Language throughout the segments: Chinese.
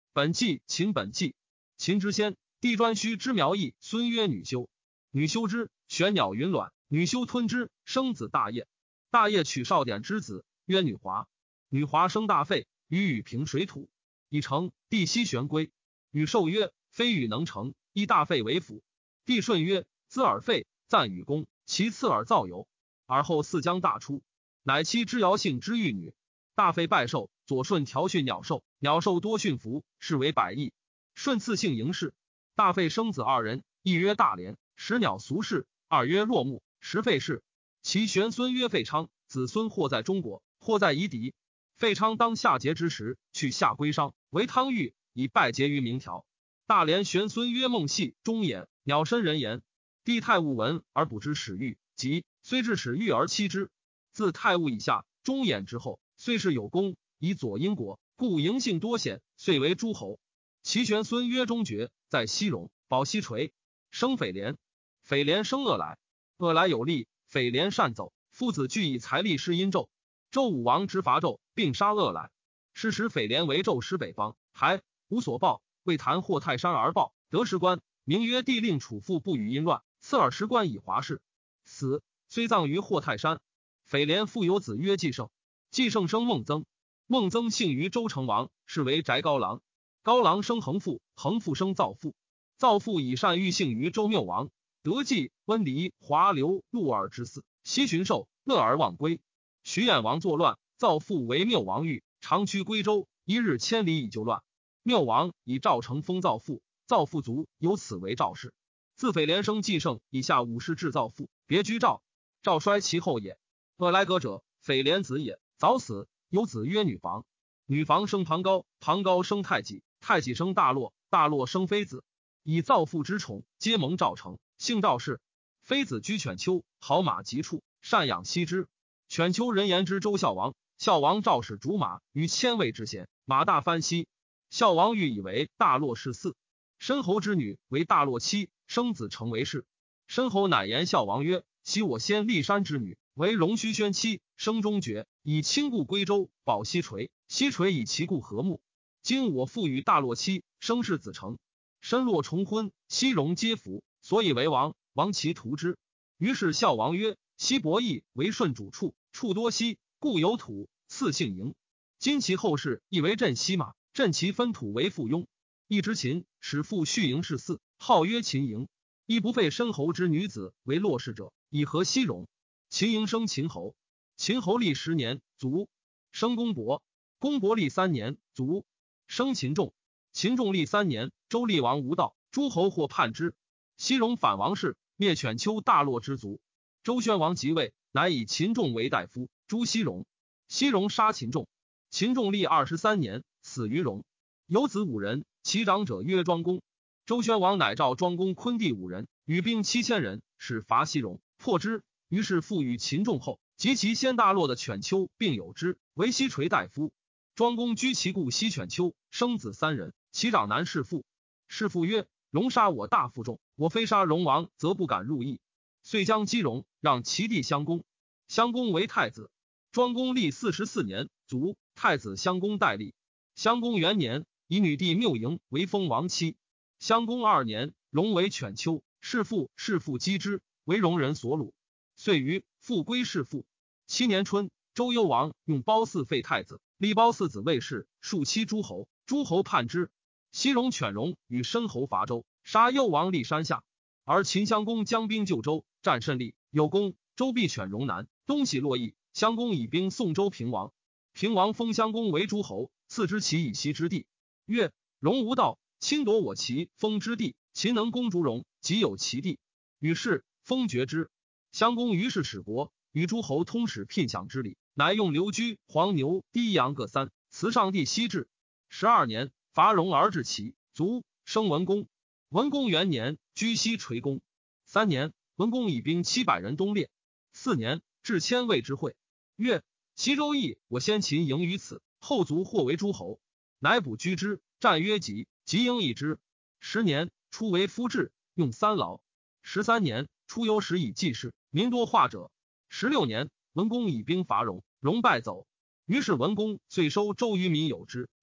本纪秦本纪。秦之先，帝颛顼之苗裔，孙曰女修。女修之，玄鸟云卵，女修吞之，生子大业。大业取少典之子，曰女华。女华生大废，与禹平水土，已成。帝西玄归，禹授曰：非禹能成，以大废为辅。帝舜曰：兹尔废，赞禹功，其次尔造游。而后四将大出，乃妻之尧姓之玉女。大废拜寿，左舜调训鸟兽，鸟兽多驯服，是为百亿。舜赐姓嬴氏。大废生子二人，一曰大连，使鸟俗氏；二曰落木，时废氏。其玄孙曰废昌，子孙或在中国，或在夷狄。废昌当夏桀之时，去夏归商，为汤玉，以拜节于明条。大连玄孙曰孟系、钟衍，鸟身人言。帝太戊闻而不知始育，即虽至始育而妻之。自太戊以下，钟衍之后，虽是有功，以左因国，故嬴姓多显，遂为诸侯。其玄孙曰钟爵，在西戎，保西垂，生斐廉。斐廉生恶来，恶来有力，斐廉善走，父子俱以财力施殷纣。纣武王之伐纣，并杀恶来。是时斐廉为纣师北方，还无所报，为谈获泰山而报，得石官，名曰帝令楚父不与殷乱，赐尔石官以华氏。死，虽葬于获泰山。斐廉复有子曰季胜，季胜生孟曾，孟曾幸于周成王，是为翟高郎。高郎生恒父，恒父生造父，造父以善欲幸于周缪王，得季、温离、华流、陆尔之嗣，西巡狩，乐而忘归。徐偃王作乱，造父为缪王欲，长驱归周，一日千里以救乱。缪王以赵成封造父，造父卒，由此为赵氏。自斐廉生季胜以下武士制造父，别居赵。赵衰其后也。恶来革者，斐廉子也，早死，有子曰女房。女房生庞高，庞高生太己，太己生大洛，大洛生妃子。以造父之宠，皆蒙赵成，姓赵氏。妃子居犬丘，好马疾处，善养息之。犬丘人言之周孝王，孝王赵使逐马于千位之贤，马大翻息。孝王欲以为大洛氏嗣，申侯之女为大洛妻，生子成为氏。申侯乃言孝王曰：昔我先骊山之女，为龙须宣妻，生中绝，以亲故归周，保西垂，西垂以其故和睦。今我父与大洛妻，生氏子成。申洛重婚，西戎皆服，所以为王，王其屠之。于是孝王曰：西伯邑为舜主处，处多西，故有土，赐姓嬴。今其后世亦为镇西马，镇其分土为附庸。义之秦，使父续嬴氏嗣，号曰秦嬴。亦不废申侯之女子为洛氏者，以和西戎。秦嬴生秦侯，秦侯历10年，卒。生公伯，公伯历3年，卒。生秦仲，秦仲历3年，周厉王无道，诸侯或叛之。西戎反王室，灭犬丘大洛之族。周宣王即位，乃以秦仲为大夫，诛西戎。西戎杀秦仲，秦仲历23年，死于戎。有子5人，其长者曰庄公。周宣王乃召庄公昆弟5人，与兵7000人，使伐西戎，破之。于是复与秦仲后，及其先大洛的犬丘并有之，为西垂大夫。庄公居其故西犬丘，生子3人，其长男弑父。弑父曰：戎杀我大父众，我非杀戎王，则不敢入邑。遂将击戎，让其弟襄公。襄公为太子。庄公历44年，卒。太子襄公代立。襄公元年，以女弟缪嬴为封王妻。襄公2年，戎为犬丘，弑父击之，为戎人所虏。遂于复归弑父。7年春，周幽王用褒姒废太子，立褒姒子卫士，庶妻诸侯，诸侯叛之。西戎犬戎与申侯伐周，杀幽王立山下。而秦襄公将兵救周，战甚利，有功。周避犬戎南，东徙洛邑。襄公以兵送周平王，平王封襄公为诸侯，赐之其以西之地。曰：戎无道，侵夺我其封之地，秦能攻逐戎，即有其地。于是封爵之。襄公于是使国，与诸侯通使聘享之礼，乃用留居、黄牛、低羊各3，辞上帝西至。12年，伐戎而至齐，卒。生文公。文公元年，居西垂公。3年，文公以兵700人东列。4年，至千魏之会，曰：齐周邑，我先秦营于此，后族或为诸侯，乃补居之。战曰吉，吉应易之。10年，初为夫制，用3劳。13年，初有使以济世，民多化者。16年，文公以兵伐戎，戎败走。于是文公遂收周于民有之，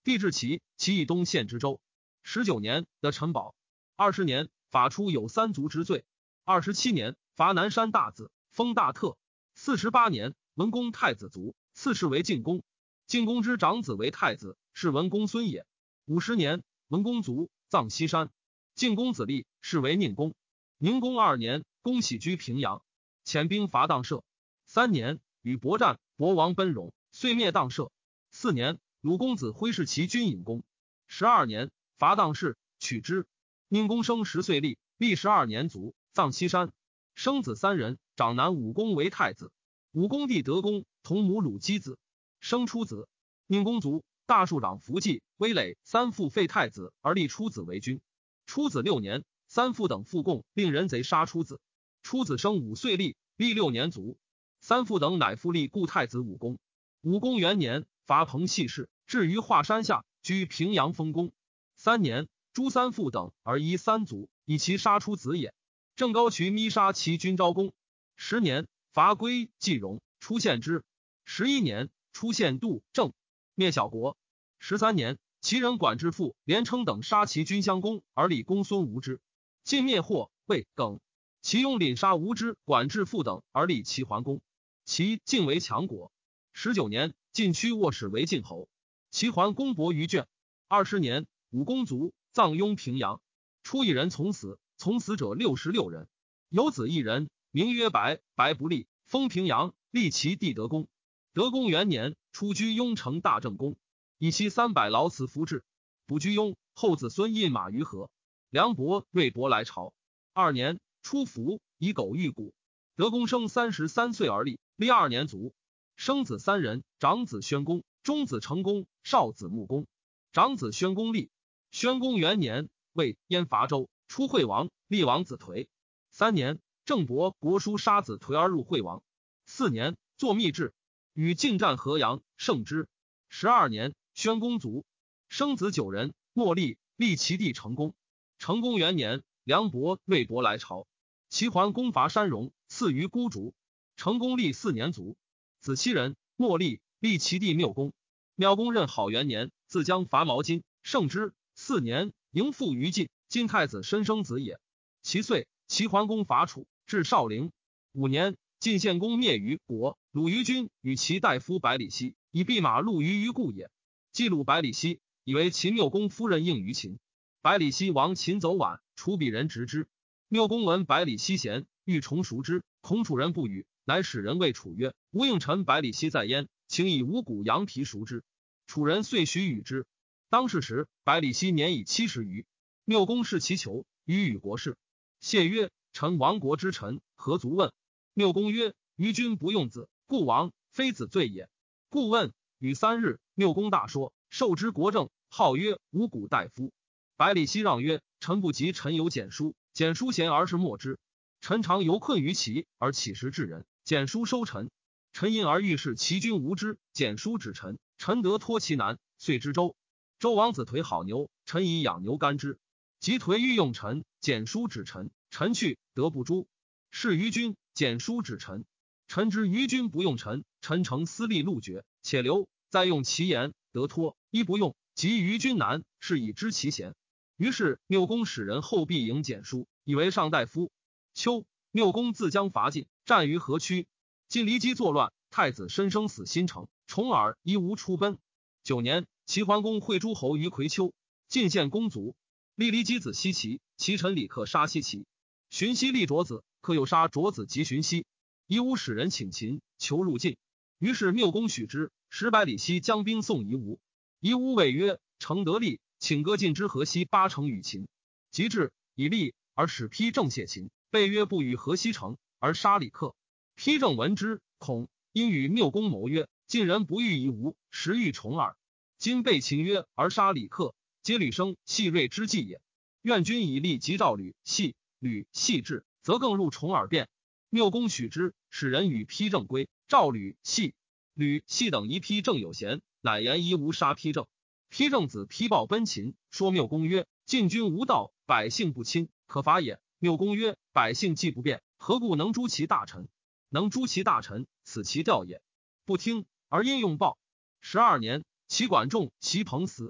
帝至齐，齐以东县知州。19年得陈宝。20年法出有3族之罪。27年罚南山大子，封大特。48年文公太子卒，赐谥为晋公。晋公之长子为太子，是文公孙也。50年文公卒，葬西山。晋公子立，是为宁公。宁公2年，公喜居平阳，遣兵伐荡舍。3年与伯战，伯王奔戎，遂灭荡舍。4年鲁公子挥氏其军引公。12年伐荡氏，取之。宁公生10岁立，历12年卒，葬西山。生子3人，长男武公为太子。武公弟德公同母鲁姬子，生出子。宁公卒，大庶长福季、威累3父废太子，而立出子为君。出子6年，3父等复共，令人贼杀出子。出子生5岁立，历6年卒。3父等乃复立故太子武公。武公元年，伐彭系氏，至于华山下，居平阳封公。3年，诛3父等，而夷3族，以其杀出子也。郑高渠密杀其君昭公。10年，伐归季荣，出献之。11年，出献杜正，灭小国。13年，齐人管之父连称等杀其君襄公，而立公孙无之。晋灭霍、魏、耿。齐雍领杀无之、管之父等，而立齐桓公。齐晋为强国。19年，晋屈沃使为晋侯。齐桓公伯于卷。20年，武公卒，葬雍平阳。出一人从死，从死者66人。有子一人，名曰白，白不立，封平阳，立其弟德公。德公元年，出居雍城大正宫，以其300劳祠服制。补居雍，后子孙印马于河。梁伯、瑞伯来朝。2年，出服，以狗御骨。德公生33岁而立，历2年卒。生子3人，长子宣公，中子成公，少子穆公。长子宣公立。宣公元年，魏燕伐周，出惠王，立王子颓。3年，郑伯国叔杀子颓而入惠王。4年，作密制，与晋战河阳，胜之。12年，宣公卒，生子9人，莫立，立其弟成公。成公元年，梁伯、瑞伯来朝。齐桓公伐山戎，赐于孤竹。成公立4年卒。子7人，莫立，立其弟缪公。缪公任好元年，自将伐毛巾，胜之。4年，迎父于晋，晋太子申生子也。其岁，齐桓公伐楚，至少陵。5年，晋献公灭于国，鲁于君与其大夫百里奚，以弼马陆于故也。既鲁百里奚，以为秦缪公夫人应于秦。百里奚亡，秦走晚，楚鄙人执之。缪公闻百里奚贤，欲重赎之，恐楚人不与，乃使人谓楚曰：吾应臣百里奚在焉，请以五谷羊皮赎之。楚人遂许与之。当是时，百里奚年已70余。缪公视其求，与国事。谢曰：臣亡国之臣，何足问？缪公曰：于君不用子，故亡，非子罪也。故问。与3日，缪公大说，受之国政，号曰五谷大夫。百里奚让曰：臣不及臣有简书，简书贤而是莫之。臣常犹困于其，而乞食至人，简书收臣。臣因而欲视其君无知，简书指臣，臣得脱其难，遂知周。周王子颓好牛，臣以养牛干之。及颓欲用臣，简书指臣，臣去，得不诛。是于君，简书指臣。臣知于君不用臣，臣诚私利禄爵，且留，再用其言，得脱。一不用，及于君难，是以知其贤。于是缪公使人后必迎简书，以为上大夫。秋，缪公自将伐晋，战于河曲。晋离姬作乱，太子申生死新城，重耳夷吾出奔。9年，齐桓公会诸侯于葵丘，晋献公卒。立离姬子奚齐，其臣李克杀奚齐。荀息立卓子，克又杀卓子及荀息。夷吾使人请秦，求入晋。于是缪公许之，使百里奚将兵送夷吾。夷吾谓曰：诚得利，请割晋之河西8城与秦。及至，以利而使丕正谢秦，备曰不与河西城，而杀李克。丕正闻之，恐，因与缪公谋曰：晋人不欲夷吾，实欲重耳。今备秦曰而杀李克，皆吕生、细锐之计也。愿君以利及赵吕、细、吕、细至，则更入重耳变。缪公许之，使人与丕正归。赵吕、细、吕、细等疑丕正有嫌，乃言夷吾杀丕正。丕正子丕豹奔秦，说缪公曰：晋君无道，百姓不亲，可伐也。缪公曰：百姓既不变，何故能诛其大臣？能诛其大臣，此其调也。不听，而因用暴。12年，齐管仲、齐彭死，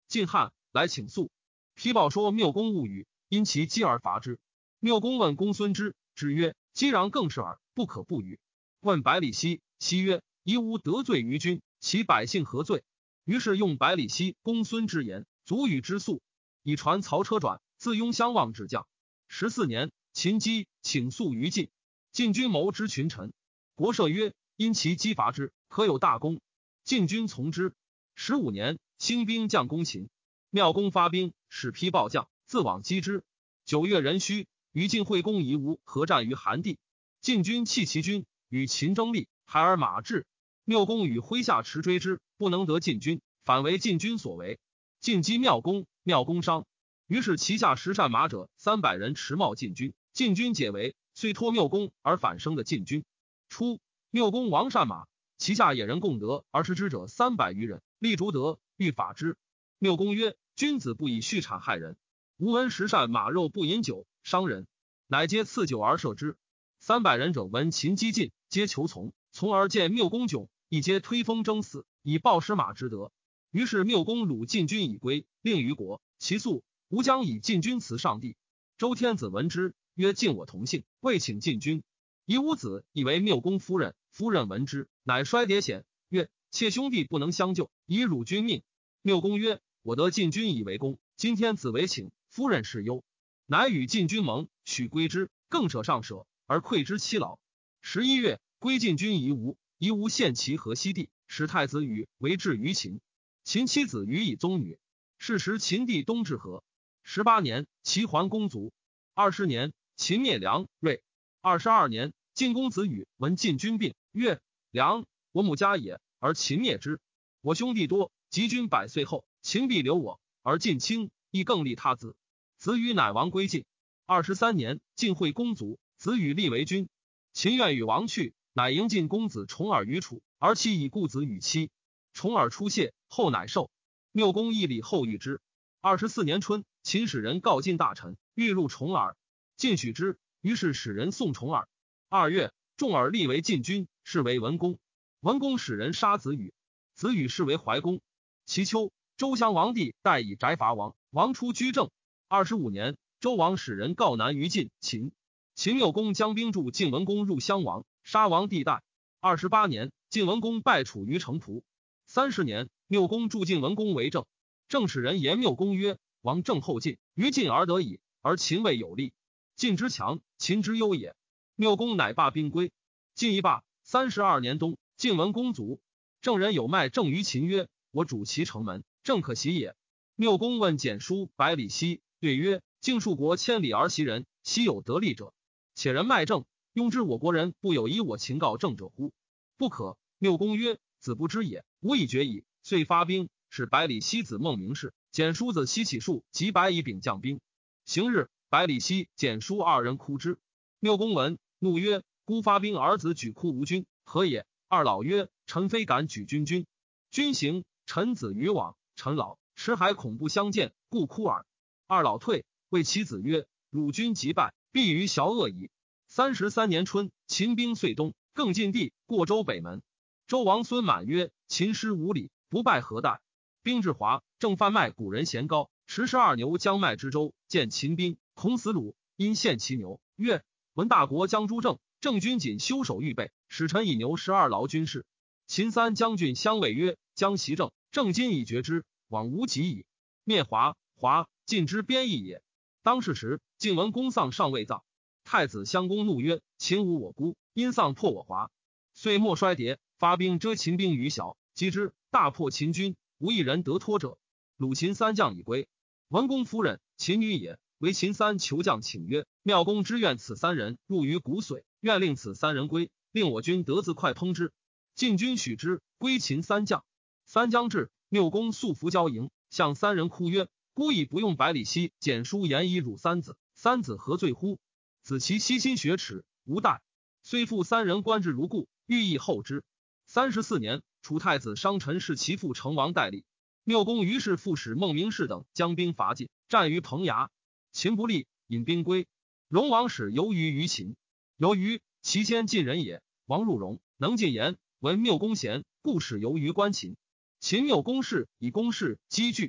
晋汉来请诉，批报说缪公误语，因其击而罚之。缪公问公孙之，之曰：击壤更是耳，不可不语。问百里奚，奚曰：夷吾得罪于君，其百姓何罪？于是用百里奚、公孙之言，卒与之诉，以传曹车转，自雍襄望之将。14年，秦姬请诉于晋，晋君谋之群臣。国赦曰：因其击伐之，可有大功。晋君从之。15年，兴兵将攻秦，妙公发兵，使丕报将，自往击之。9月壬戌，与晋惠公夷吾合战于韩地。晋军弃其军，与秦争利，海而马至。缪公与麾下驰追之，不能得晋军，反为晋军所为。晋击妙公，妙公伤。于是旗下10善马者300人持茂晋军，晋军解围，遂托缪公而反生的晋军。初，缪公王善马，旗下野人共得而食之者300余人，立逐得，欲法之。缪公曰：君子不以畜产害人，吾闻10善马肉不饮酒，伤人，乃皆赐酒而射之。300人者闻秦击晋，皆求从，从而见缪公窘，亦皆推封征死，以报10马之德。于是缪公虏晋军以归，令于国。其诉，吾将以晋军辞上帝。周天子闻之，曰：晋我同姓，未请晋军。夷吾子以为缪公夫人，夫人闻之，乃衰迭显，曰：妾兄弟不能相救，以辱君命。缪公曰：我得晋军以为公，今天子为请，夫人是忧，乃与晋军盟，许归之，更舍上舍，而馈之妻劳。11月，归晋军夷吾，夷吾献其河西地，使太子羽为质于秦。秦妻子羽以宗女。是时秦地东至河。18年，齐桓公卒。20年，秦灭梁、芮。22年，晋公子羽闻晋军病，曰：梁，我母家也，而秦灭之。我兄弟多，及君100岁后，秦必留我，而晋轻，亦更立他子。子羽乃王归晋。23年，晋惠公卒，子羽立为君。秦愿与王去，乃迎晋公子重耳于楚，而其以故子与妻。重耳出谢，后乃受。缪公义礼后遇之。24年春，秦使人告晋大臣，欲入重耳，晋许之，于是使人送重耳。2月，重耳立为晋君，是为文公。文公使人杀子羽，子羽是为怀公。其秋，周襄王帝代以翟伐王，王出居正。25年，周王使人告南于晋、秦。秦缪公将兵助晋文公入襄王，杀王帝代。28年，晋文公败楚于城濮。30年，缪公助晋文公为政。正使人言缪公曰：王政后晋，于晋而得矣，而秦未有力。晋之强，秦之忧也。缪公乃罢兵归。晋一罢。32年冬，晋文公卒。郑人有卖郑于秦曰：我主其城门，郑可袭也。缪公问简书百里奚，对曰：晋数国千里而袭人，奚有得利者？且人卖郑，庸之我国人不有以我秦告郑者乎？不可。缪公曰：子不知也，吾已决矣。遂发兵，使百里奚子孟明氏、简叔子西起术及白乙丙将兵。行日，百里奚、简叔2人哭之。缪公闻，怒曰：孤发兵而子举哭无君，何也？二老曰：臣非敢举君君。君行，臣子于往，臣老，迟还恐不相见，故哭耳。二老退，谓其子曰：汝君即败，必于小恶矣。33年春，秦兵遂东，更进地，过周北门。周王孙满曰：秦师无礼，不败何待？兵至华，正贩卖古人咸高，持12牛将卖之州，见秦兵，恐死虏，因献其牛，曰：闻大国将诛郑，郑军仅修守预备，使臣以牛12劳军事。秦3将军相谓曰：将袭郑，郑今已绝之，往无及矣。灭华，晋之边邑也。当是时，晋文公丧尚未葬，太子襄公怒曰：秦无我孤，因丧破我华。遂莫衰迭，发兵遮秦兵于小，击之，大破秦军，无一人得脱者。虏秦3将以归。文公夫人，秦女也，为秦3求将请曰：妙公之愿此3人入于骨髓，愿令此3人归，令我军得自快烹之。晋军许之，归秦3将。3将至，缪公素服交迎，向3人哭曰：孤以不用百里奚、简书言以辱3子，3子何罪乎？子其悉心学耻，无待。虽复3人官至如故，欲意后之。34年，楚太子商臣弑其父成王代立。缪公于是复使孟明氏等将兵伐晋，战于彭衙。秦不利，引兵归。荣王使游于于秦。游于其先晋人也，王入荣，能进言，闻缪公贤，故使游于关秦。秦缪公事以公事积聚，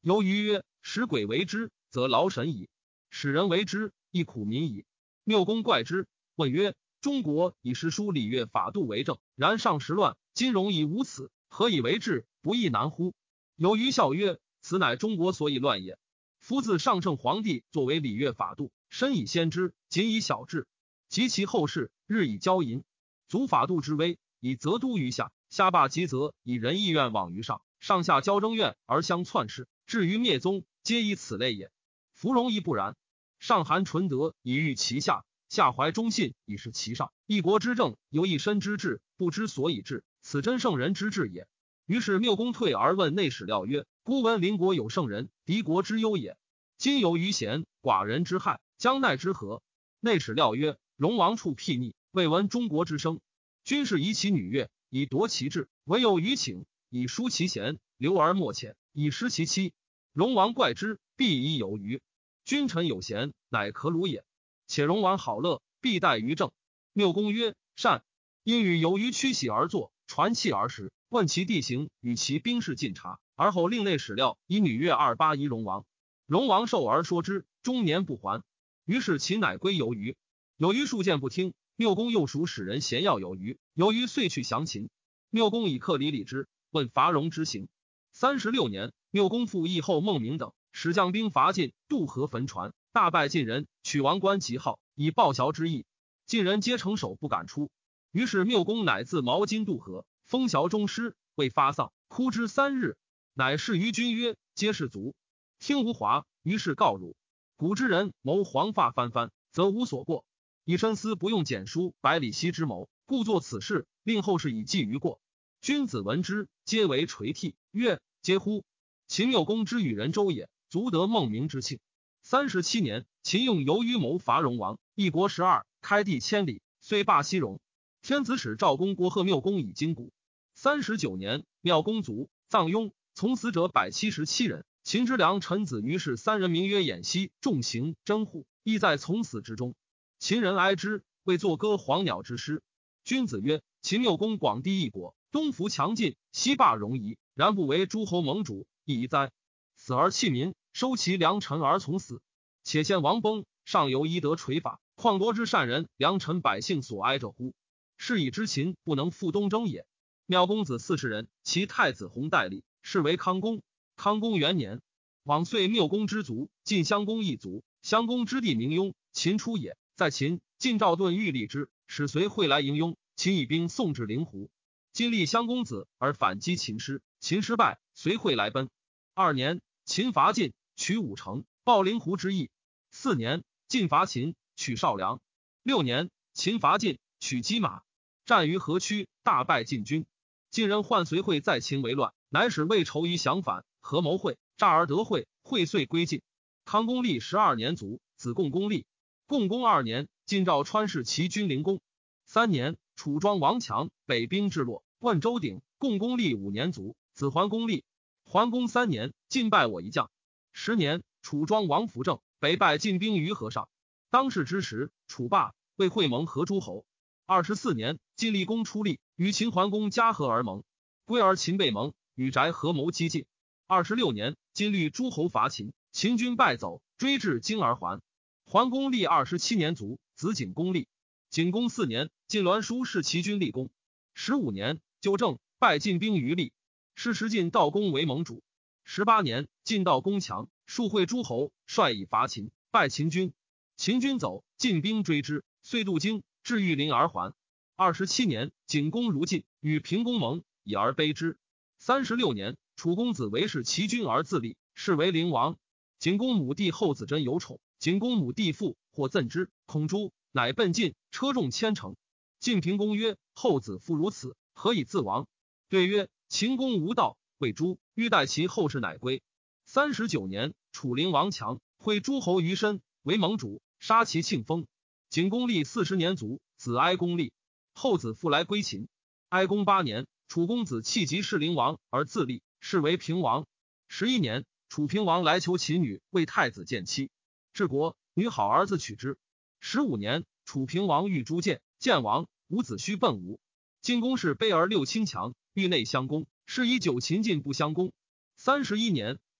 由于曰：使鬼为之，则劳神矣；使人为之，亦苦民矣。缪公怪之，问曰：中国以诗书礼乐法度为政，然上时乱，今容以无此，何以为治？不亦难乎？由于笑曰：此乃中国所以乱也。夫自上圣皇帝作为礼乐法度，深以先知，谨以小治，及其后世日以骄淫，足法度之威，以责都于下，下罢其责，以仁义愿往于上，上下交争怨而相篡世，至于灭宗，皆以此类也。夫容易不然。上含纯德以御其下，下怀忠信以示其上。一国之政，由一身之治，不知所以治，此真圣人之治也。于是缪公退而问内史料曰：孤闻邻国有圣人，敌国之忧也。今有余贤，寡人之害，将奈之何？内史料曰：戎王处僻逆，未闻中国之声。君是夷其女乐，以夺其志，唯有余请，以疏其贤，留而莫遣，以失其妻。戎王怪之，必以有余。君臣有贤，乃可辱也。且戎王好乐，必待于政。缪公曰：善。因与有余屈膝而坐，传器而食，问其地形，与其兵士进察，而后令内史料以女乐28夷戎王。戎王受而说之，终年不还。于是秦乃归有余。有余数谏不听，缪公又属使人咸要有余，有余遂去降秦。缪公以克礼之，问伐戎之行。36年，缪公复议后孟明等，使将兵伐晋，渡河焚船，大败晋人，取王冠及号，以报尧之意。晋人皆城守，不敢出。于是缪公乃自毛巾渡河，封尧中师，未发丧，哭之3日。乃示于君曰：皆是卒。听无华，于是告汝。古之人谋黄发翻番，则无所过。以身思不用简书百里奚之谋，故作此事，令后世以记于过。君子闻之，皆为垂涕，曰：嗟乎！秦缪公之与人周也，足得孟明之庆。37年，秦用由于谋伐戎王，一国12，开地千里，虽罢西戎。天子使赵公国贺缪公以金鼓。39年，缪公卒，葬雍，从死者177人。秦之良臣子于是3人，名曰偃息、仲行、真户，亦在从死之中。秦人哀之，为作歌黄鸟之诗。君子曰：秦缪公广地一国，东服强晋，西霸戎夷，然不为诸侯盟主，亦宜哉！死而弃民，收其良臣而从死。且见王崩，上游宜得垂发，况国之善人，良臣百姓所哀者乎？是以知秦不能复东征也。缪公子40人，其太子弘代立，是为康公。康公元年，往遂缪公之族，晋襄公一族。襄公之弟名雍，秦出也。在秦，晋赵盾欲立之，使随会来迎雍。秦以兵送至灵湖，晋立襄公子而反击秦师，秦失败，随会来奔。2年，秦伐晋，取5城，报灵湖之役。4年，晋伐秦，取少梁。6年，秦伐晋，取击马，战于河曲，大败晋军。晋人患随会在秦为乱，乃使魏仇于降反，合谋会，诈而得会，会遂归晋。康公历12年卒，子共公立。共公2年，晋赵川氏齐军灵公。3年，楚庄王强，北兵至洛，问周鼎。共公历5年卒，子桓公立。桓公3年，晋败我一将。10年，楚庄王扶正，北败晋兵于河上。当世之时，楚霸，为会盟合诸侯。24年，晋厉公出力，与秦桓公加和而盟，归而秦被盟，与翟合谋击晋。26年，晋律诸侯伐秦，秦军败走，追至京而还。桓公历27年卒，子景公立。景公4年，晋栾书弑齐军立功。15年，纠正，败晋兵于利，是时晋悼公为盟主。18年，晋悼公强，数会诸侯，率以伐秦，败秦军。秦军走，晋兵追之，遂渡京，至玉林而还。27年，景公如晋，与平公盟，以而卑之。36年，楚公子为是齐军而自立，是为灵王。景公母弟后子真有宠，景公母弟父或赠之，恐诛，乃奔晋，车重1000乘。晋平公曰：后子夫如此，何以自亡？对曰：秦公无道，谓诛，欲待其后世，乃归。39年，楚灵王强，会诸侯于申，为盟主，杀其庆封。景公历40年卒，子哀公立。后子复来归秦。哀公8年，楚公子弃疾弑灵王而自立，是为平王。11年，楚平王来求秦女，为太子见妻。治国，女好儿子娶之。15年，楚平王欲诛建，建王，伍子胥奔吴。晋公是卑而6轻强，欲内相攻，是以9秦晋不相攻。31年，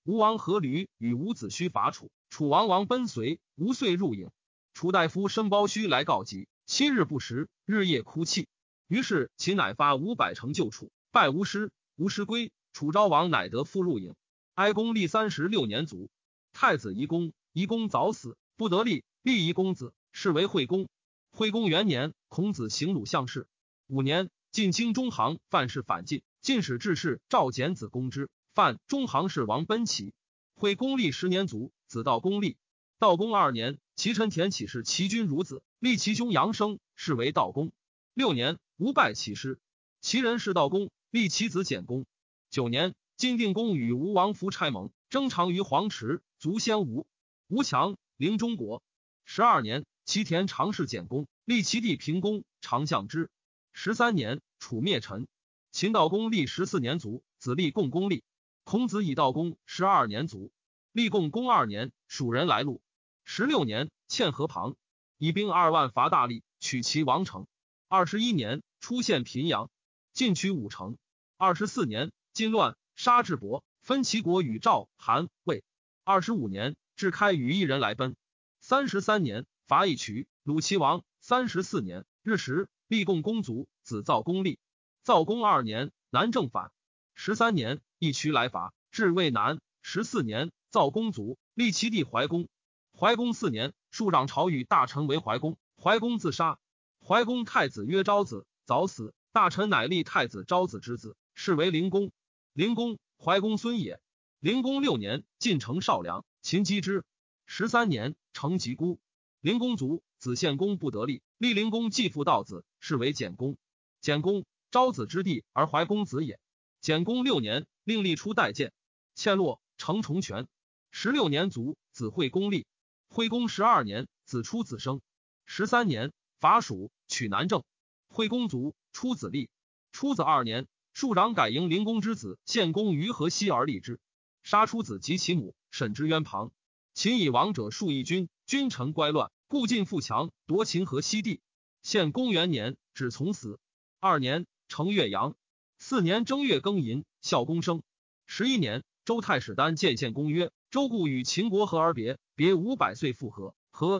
吴王阖闾与伍子胥伐楚，楚王奔随，吴遂入营。楚大夫申包胥来告急，7日不食，日夜哭泣。于是秦乃发500乘救楚，败吴师，吴师归。楚昭王乃得复入营。哀公历36年卒。太子夷公，夷公早死，不得立，立夷公子，是为惠公。惠公元年，孔子行鲁相事。5年，晋清中行范氏反晋，晋使致仕赵简子攻之，范中行氏王奔齐。惠公历10年卒，子道公立。道公2年，其臣田启是齐君孺子，立其兄杨生，是为道公。6年，吴败齐师，其人是道公，立其子简公。9年，晋定公与吴王夫差盟，争长于黄池，卒先吴。吴强，临中国。12年，其田常侍简公，立其弟平公，常相之。13年，楚灭陈。秦道公历14年卒，子立共公立。孔子以道公12年卒。立共公2年，蜀人来路。16年，堑河旁，以兵2万伐大利，取其王城。21年，出现平阳，进取5城。24年，晋乱，杀智伯，分齐国与赵、韩、魏。25年，至开与一人来奔。33年，伐义渠，虏齐王。34年，日食，立共公卒，子造公立。造公2年，南正反。13年，义渠来伐，至渭南。14年，造公卒，立其弟怀公。怀公4年，庶长朝与大臣为怀公，怀公自杀。怀公太子曰昭子，早死，大臣乃立太子昭子之子，是为灵公。灵公，怀公孙也。灵公6年，晋城少梁，秦击之。13年，成疾孤。灵公卒，子献公不得立，立灵公继父道子，是为简公。简公，昭子之弟，而怀公子也。简公6年，令立出代见，欠落，成重权。16年卒，子惠公立。惠公12年，子出子生。13年，伐蜀，取南郑。惠公卒，出子立。出子2年，庶长改迎灵公之子献公于河西而立之，杀出子及其母，审之渊旁。秦以王者数义军，君臣乖乱，故晋富强，夺秦河西地。献公元年，止从死。2年，成岳阳。4年正月庚寅，孝公生。11年，周太史丹见献公曰：周故与秦国和而别，别500岁复和，和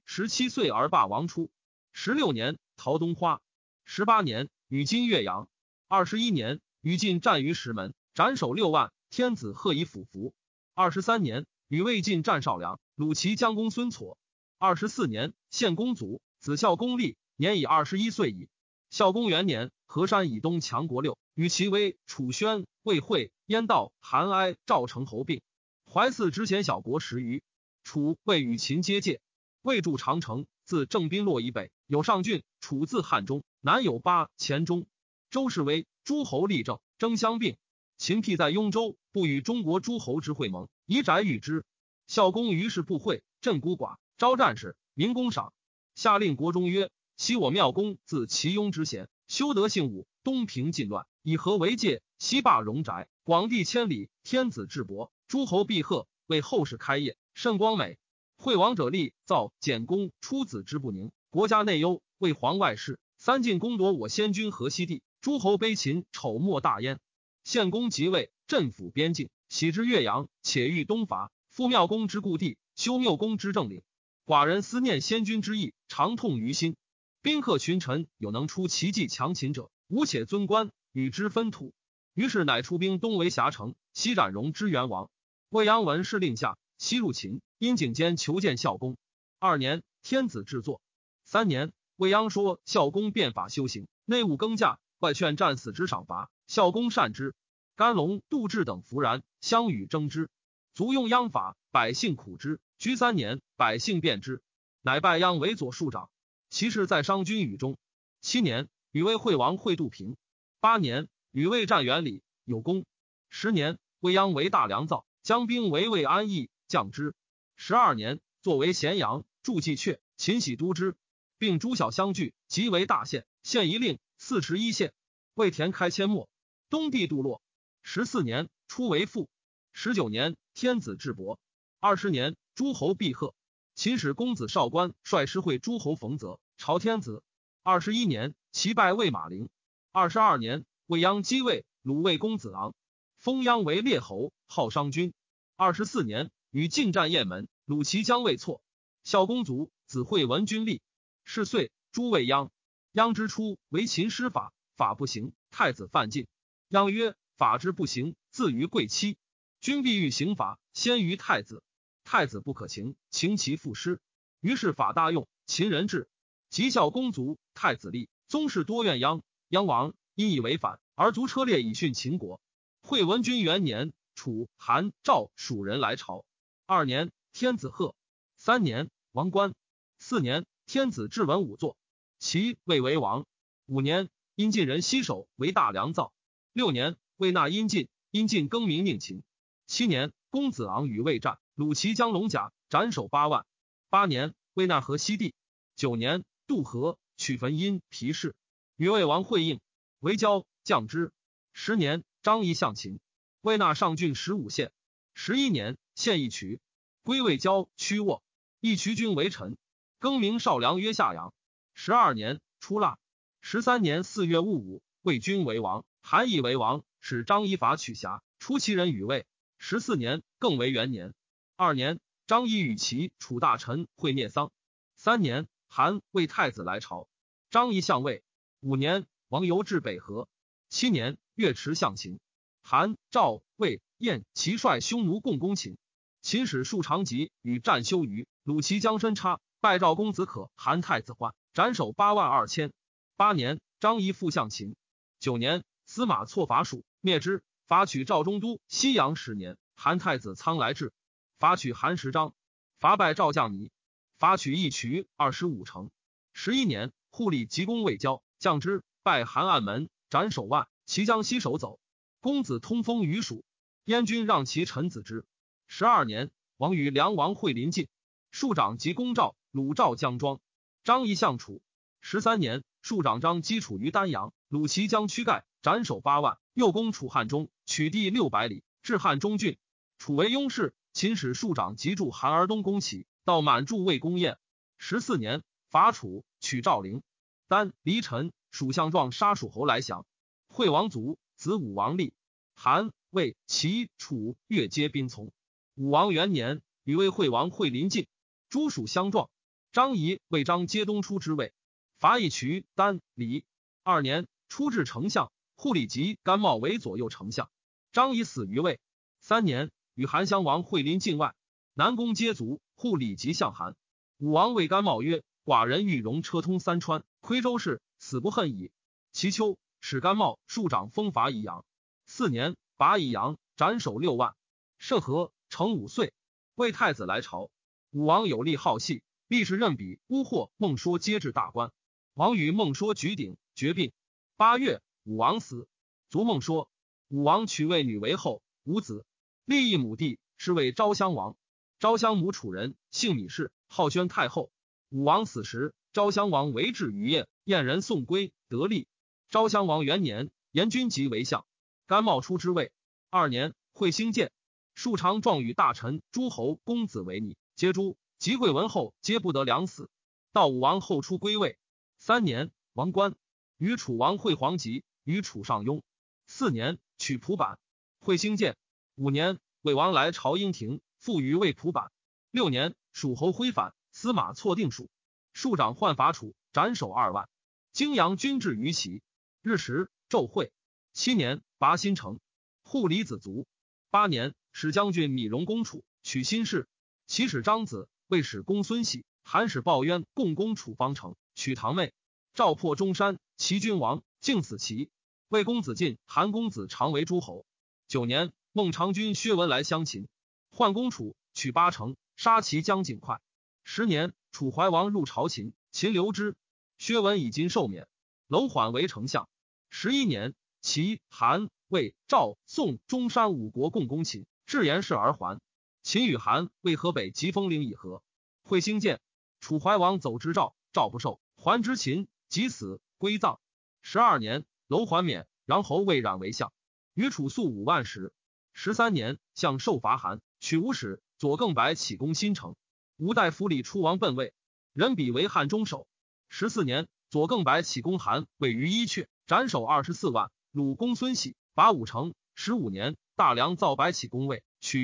17岁而罢王出。16年，陶冬花。18年，与今岳阳。21年，与晋战于石门，斩首6万，天子贺以辅服。23年，与魏晋战少梁，虏其将公孙痤。24年，献公卒，子孝公立，年已21岁矣。孝公元年，河山以东强国6，与其为楚宣、魏惠、燕道、韩哀、赵成侯并。怀泗之贤小国10余。楚、魏与秦接界。魏筑长城，自郑滨洛以北有上郡，楚自汉中，南有巴、黔中。周氏为诸侯立政，争相并。秦辟在雍州，不与中国诸侯之会盟，以宅与之。孝公于是不会，镇孤寡，招战士，民公赏。下令国中曰：昔我妙公自齐雍之贤，修德性武，东平晋乱，以和为界，西霸戎宅，广地千里，天子至伯，诸侯必贺，为后世开业，甚光美。惠王者立，造简公出子之不宁，国家内忧，为皇外事。3晋攻夺我先君河西地，诸侯卑秦，丑莫大焉。献公即位，镇抚边境，徙之岳阳，且欲东伐，复妙公之故地，修缪公之政令。寡人思念先君之意，常痛于心。宾客群臣有能出奇计强秦者，吾且尊官，与之分土。于是乃出兵东围峡城，西斩戎之元王。魏阳闻是令下，西入秦，因景间求见孝公。2年，天子制作。3年，魏鞅说孝公变法修行，内务更驾，外劝战死之赏罚，孝公善之。甘龙、杜至等弗然，相与争之。卒用鞅法，百姓苦之。居3年，百姓变之，乃拜鞅为左庶长。其事在商君与中。7年，与魏惠王会杜平。8年，与魏战元里，有功。10年，魏鞅为大良造，将兵围魏安邑，降之。12年，作为咸阳，筑济阙，秦喜都之，并诸小相聚，即为大县。县一令41县。魏田开阡陌，东地杜洛。14年，出为父。19年，天子至伯。20年，诸侯必贺。秦使公子少官率师会诸侯冯泽，朝天子。21年，齐败魏马陵。22年，魏鞅击魏，虏魏公子昂，封鞅为列侯，号商君。 24年，与进战雁门，虏其将未挫。孝公卒，子惠文君立。是岁，诸未央。央之初，为秦师法，法不行，太子犯禁。央曰：法之不行，自于贵戚。君必欲行法，先于太子。太子不可行，请其父师。于是法大用，秦人治。及孝公卒，太子立，宗室多怨央。央亡，因以为反，而卒车裂以训秦国。惠文君元年，楚、韩、赵蜀人来朝。2年，天子贺。3年，王冠。4年，天子至文武作。其魏为王。5年，阴晋人西首为大良造。6年，魏纳阴晋，阴晋更名宁秦。7年，公子昂与魏战，虏其将龙甲，斩首8万。8年，魏纳河西地。9年，渡河，取汾阴皮氏，与魏王会应，为交，降之。10年，张仪向秦，魏纳上郡15县。11年，献义渠，归魏交，屈沃。义渠君为臣，更名少梁曰夏阳。12年，出腊。13年4月戊午，魏君为王，韩义为王，使张仪伐取辖，出其人与魏。14年，更为元年。2年，张仪与其楚大臣会聂桑。3年，韩魏太子来朝，张仪相魏。5年，王游至北河。7年，岳池向秦，韩、赵、魏、燕齐率匈奴共攻秦。秦使数长吉与战休于，虏其将申差，拜赵公子可、韩太子患，斩首8万2千。8年，张仪复向秦。9年，司马错伐蜀，灭之。伐取赵中都、西阳10年，韩太子仓来至，伐取韩十章，伐败赵将尼，伐取义渠25城。11年，护理急攻魏交，将之，败韩暗门，斩首万，其将西守走。公子通封于蜀，燕军让其臣子之。12年，王与梁王会临晋，庶长及攻赵，虏赵将庄。张仪相楚。13年，庶长张击楚于丹阳，虏其将屈盖，斩首8万，又攻楚汉中，取地600里，至汉中郡。楚为雍氏，秦使庶长急助韩而东攻齐，到满助魏攻燕。14年，伐楚，取赵陵。丹、黎陈，蜀相壮杀蜀侯来降。惠王卒，子武王立。韩、魏、齐、楚、越皆宾从。武王元年，与魏惠王会临晋，诸蜀相撞。张仪、魏章皆东出之魏，伐义渠、丹、黎。2年，出至丞相，护理及甘茂为左右丞相。张仪死于魏。3年，与韩襄王会临晋外，南宫皆卒，护理及向韩。武王谓甘茂曰：寡人欲容车通三川，窥周氏，死不恨矣。其秋，使甘茂、庶长封伐宜阳。4年，拔宜阳，斩首6万。涉河，成5岁。魏太子来朝，武王有力好戏，历时任比、巫惑、孟说皆至大官。王与孟说举鼎，绝并。8月，武王死，卒孟说。武王娶魏女为后，无子，立一母弟，是为昭襄王。昭襄母楚人，姓芈氏，号宣太后。武王死时，昭襄王为质于燕，燕人送归，得利。昭襄王元年，严君即为相。甘茂出之魏。2年，会兴建，庶长状与大臣、诸侯、公子为逆，皆诛。及惠文后，皆不得良死。到武王后出归魏。3年，王冠。与楚王会黄吉，与楚上庸。4年，取蒲坂。会兴建。5年，魏王来朝英庭，复于魏蒲坂。6年，蜀侯挥反，司马错定蜀。庶长患伐楚，斩首2万。泾阳军至于齐。日食，昼会。7年，拔新城。护理子卒。8年，使将军米荣攻楚，取新市。齐使张子、魏使公孙喜、韩使鲍渊共攻楚方城，取堂妹。赵破中山，齐君亡，竟死齐。魏公子晋、韩公子常为诸侯。9年，孟尝君薛文来相秦，患攻楚，取8城，杀其将尽快。10年，楚怀王入朝秦，秦留之。薛文以今受免，楼缓为丞相。11年，齐、韩、魏、赵、宋、中山5国共攻秦，至延氏而还。秦与韩、魏河北及封陵以和。会兴建，楚怀王走之赵，赵不受，还之秦，即死，归葬。12年，楼缓免，然侯魏冉为相，与楚粟5万石。13年，向受伐韩，取吴使，左更白起攻新城。吴大夫李出王奔魏，人比为汉中守。14年，左更白起攻韩，位于伊阙，斩首24万，虏公孙喜，拔5城。15年，大梁造白起攻魏，取元，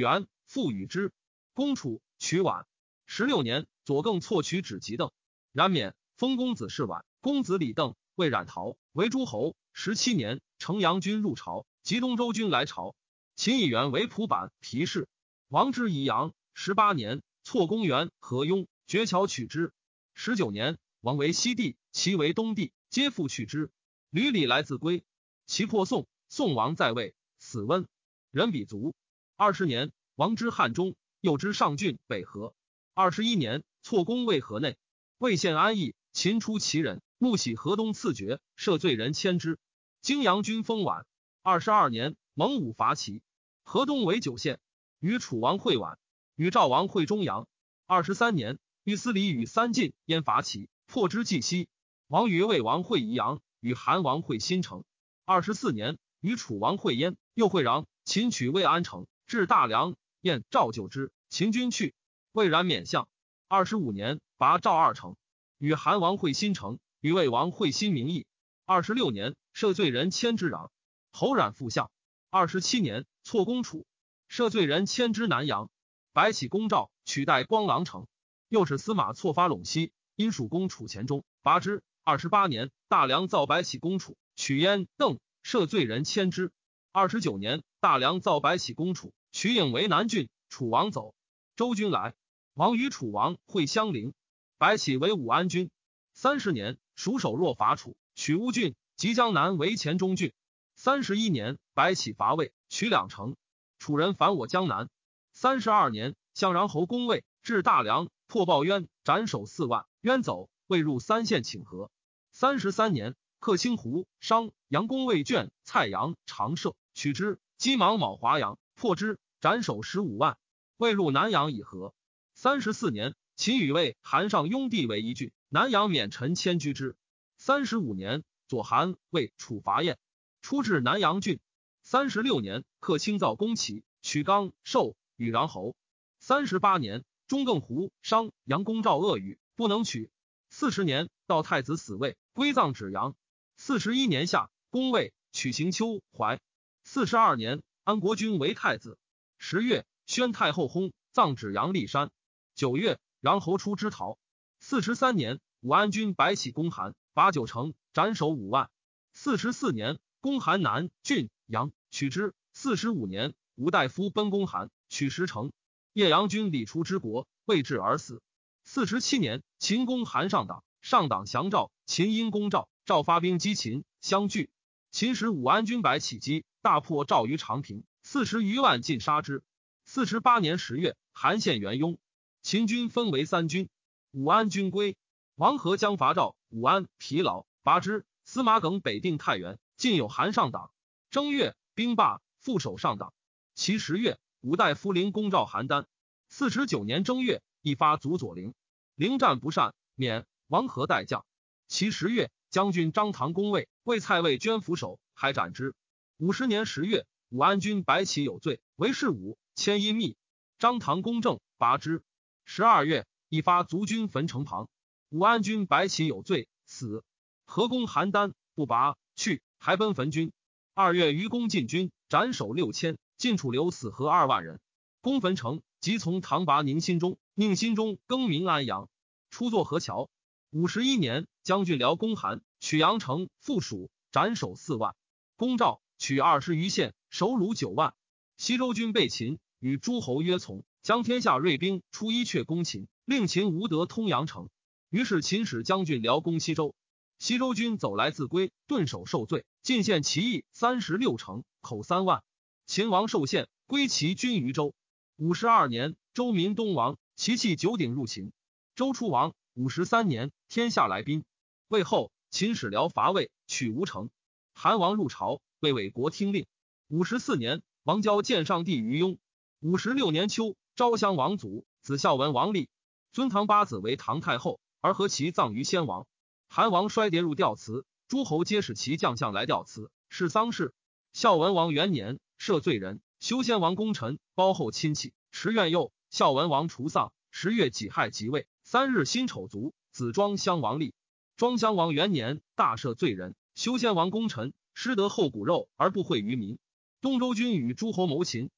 复与之。公处，取宛。16年，左更错取止吉邓，然免，封公子是宛。公子李邓为冉陶，为诸侯。17年，城阳军入朝，及东周军来朝。秦以元为蒲坂皮氏，王之宜阳。18年，错公元河雍，绝桥取之。19年，王为西帝，齐为东帝，皆复取之。吕礼来自归，其破宋。宋王在位，死温，人比卒。20年，王之汉中，又之上郡北河。21年，错公为河内，魏献安邑。秦出其人，慕喜河东赐爵，赦罪人迁之。荆阳军封宛。22年，蒙武伐齐，河东为9县，与楚王会宛，与赵王会中阳。23年，御司礼与三晋燕伐齐，破之既西。王与魏王会宜阳，与韩王会新城。24年，与楚王会燕，又会壤。秦取魏安城，至大梁，燕赵救之，秦军去，魏然免相。25年，拔赵二城，与韩王会新城，与魏王会新名邑。26年，赦罪人迁之壤，侯冉复相。27年，错公楚，赦罪人迁之南阳。白起公赵，取代光狼城。又使司马错发陇西，因属公楚黔中，拔之。28年，大梁造白起公楚，取燕邓，赦罪人迁之。29年，大梁造白起公楚，取颍为南郡，楚王走。周军来，王与楚王会相邻，白起为武安君。30年，蜀守若伐楚，取乌郡，及江南为黔中郡。31年，白起伐魏，取两城，楚人反我江南。32年，向穰侯攻魏，至大梁，破鲍渊，斩首4万，渊走，魏入3县请和。33年，克清湖、商、阳攻魏卷，蔡阳、长社，取之。姬芒卯华阳，破之，斩首15万，魏入南阳以和。34年，秦与魏、韩上雍地为一郡，南阳免陈迁居之。35年，左韩、魏、楚伐燕，出至南阳郡。36年，克清造攻齐，取刚、寿，与穰侯。38年，中更胡、商、阳攻赵鄂豫，不能取。40年，道太子死魏，归葬芷阳。41年夏，攻魏，取邢丘、淮。42年，安国君为太子。10月，宣太后薨，葬芷阳骊山。9月，穰侯出之逃。43年，武安君白起攻韩，拔9城，斩首5万。44年，攻韩南郡阳，取之。45年，吴大夫奔攻韩，取10城。叶阳军李除之国，未至而死。47年，秦攻韩上党，上党降赵，秦因攻赵，赵发兵击秦，相拒。秦使武安军白起击，大破赵于长平，40余万尽杀之。48年10月，韩献元雍，秦军分为3军，武安军归。王和将伐赵，武安疲劳，拔之。司马耿北定太原，尽有韩上党。正月，兵罢，复守上党。其10月，吴大夫临攻赵邯郸。49年正月，一发卒左陵，陵战不善，免。王和代将。其10月，将军张唐攻魏，魏蔡魏捐扶守，还斩之。50年10月，武安军白起有罪，为士武，迁阴密。张唐公正，拔之。12月，一发卒军焚城旁。武安军白起有罪，死。合攻邯郸，不拔，去，还奔焚军。2月，于攻晋军，斩首6000，晋楚留死河2万人。攻焚城，即从唐拔宁心中，宁心中更名安阳。出作河桥。51年，将军辽攻韩，取阳城，复蜀，斩首4万。攻赵，取20余县，首虏9万。西周军被秦，与诸侯约从，将天下锐兵出伊阙攻秦，令秦无得通阳城。于是秦使将军辽攻西周，西周军走来自归，顿首受罪，进献其邑36城，口3万。秦王受献，归其军于周。52年，周民东王，其弃九鼎入秦。周出王。53年，天下来宾。魏后，秦使辽伐魏，取吴城。韩王入朝，魏伪国听令。54年，王交见上帝于雍。56年秋，昭襄王卒，子孝文王立，尊唐八子为唐太后，而和其葬于先王。韩王衰跌入吊祠，诸侯皆使其将相来吊祠，是丧事。孝文王元年，赦罪人，修先王功臣，包后亲戚，持苑佑。孝文王除丧，10月己亥即位，3日辛丑卒，子庄襄王立。庄襄王元年，大赦罪人，修先王功臣，失得后骨肉而不惠于民。东周军与诸侯谋秦，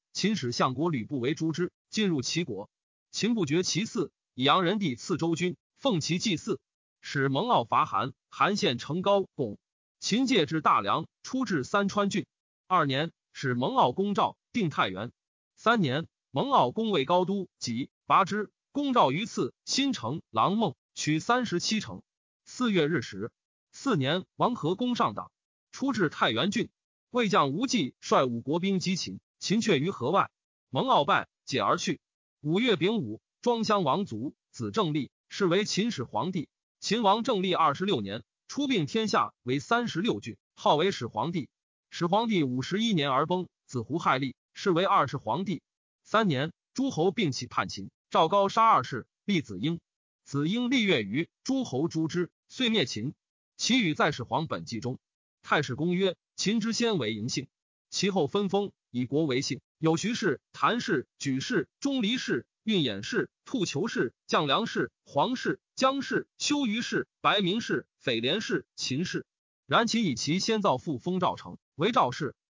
秦使相国吕不韦诛之，进入齐国。秦不绝其嗣，以阳人弟赐周君，奉其祭祀。使蒙骜伐韩，韩献成高拱。秦介至大梁，出至三川郡。2年，使蒙骜攻赵，定太原。3年，蒙骜攻魏高都，及拔之。攻赵于次，新城、郎孟，取37城。4月日食。4年，王和攻上党，出至太原郡。魏将吴忌率5国兵击秦，秦却于河外。蒙骜败，解而去。5月丙午，庄襄王卒，子正立，是为秦始皇帝。秦王正立26年，出并天下，为36郡，号为始皇帝。始皇帝51年而崩，子胡亥立，是为20皇帝。3年，诸侯并起叛秦，赵高杀二世，立子婴。子婴立月余，诸侯诛之，遂灭秦。其语在始皇本纪中。太史公曰：秦之先为嬴姓，其后分封，以国为姓，有徐氏、谭氏、莒氏、钟离氏、运衍氏、兔裘氏、将梁氏、黄氏、姜氏、修于氏、白明氏、斐廉氏、秦氏。然秦以其先造父封赵城，为赵氏。